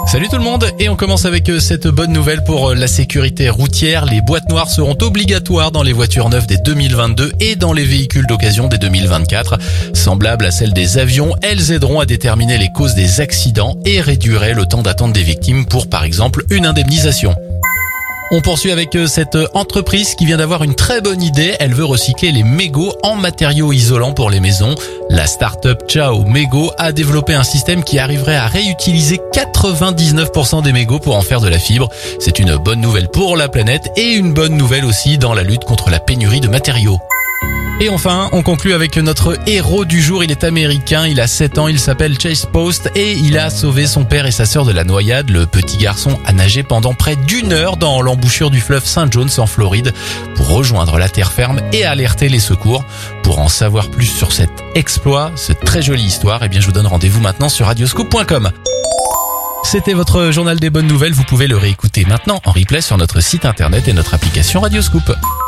Salut tout le monde, et on commence avec cette bonne nouvelle pour la sécurité routière. Les boîtes noires seront obligatoires dans les voitures neuves dès 2022 et dans les véhicules d'occasion dès 2024. Semblables à celles des avions, elles aideront à déterminer les causes des accidents et réduiraient le temps d'attente des victimes pour, par exemple, une indemnisation. On poursuit avec cette entreprise qui vient d'avoir une très bonne idée. Elle veut recycler les mégots en matériaux isolants pour les maisons. La start-up Ciao Mégots a développé un système qui arriverait à réutiliser 99% des mégots pour en faire de la fibre. C'est une bonne nouvelle pour la planète et une bonne nouvelle aussi dans la lutte contre la pénurie de matériaux. Et enfin, on conclut avec notre héros du jour. Il est américain, il a 7 ans, il s'appelle Chase Post et il a sauvé son père et sa sœur de la noyade. Le petit garçon a nagé pendant près d'1 heure dans l'embouchure du fleuve St. John's en Floride pour rejoindre la terre ferme et alerter les secours. Pour en savoir plus sur cet exploit, cette très jolie histoire, je vous donne rendez-vous maintenant sur radioscoop.com. C'était votre journal des bonnes nouvelles. Vous pouvez le réécouter maintenant en replay sur notre site internet et notre application Radioscoop.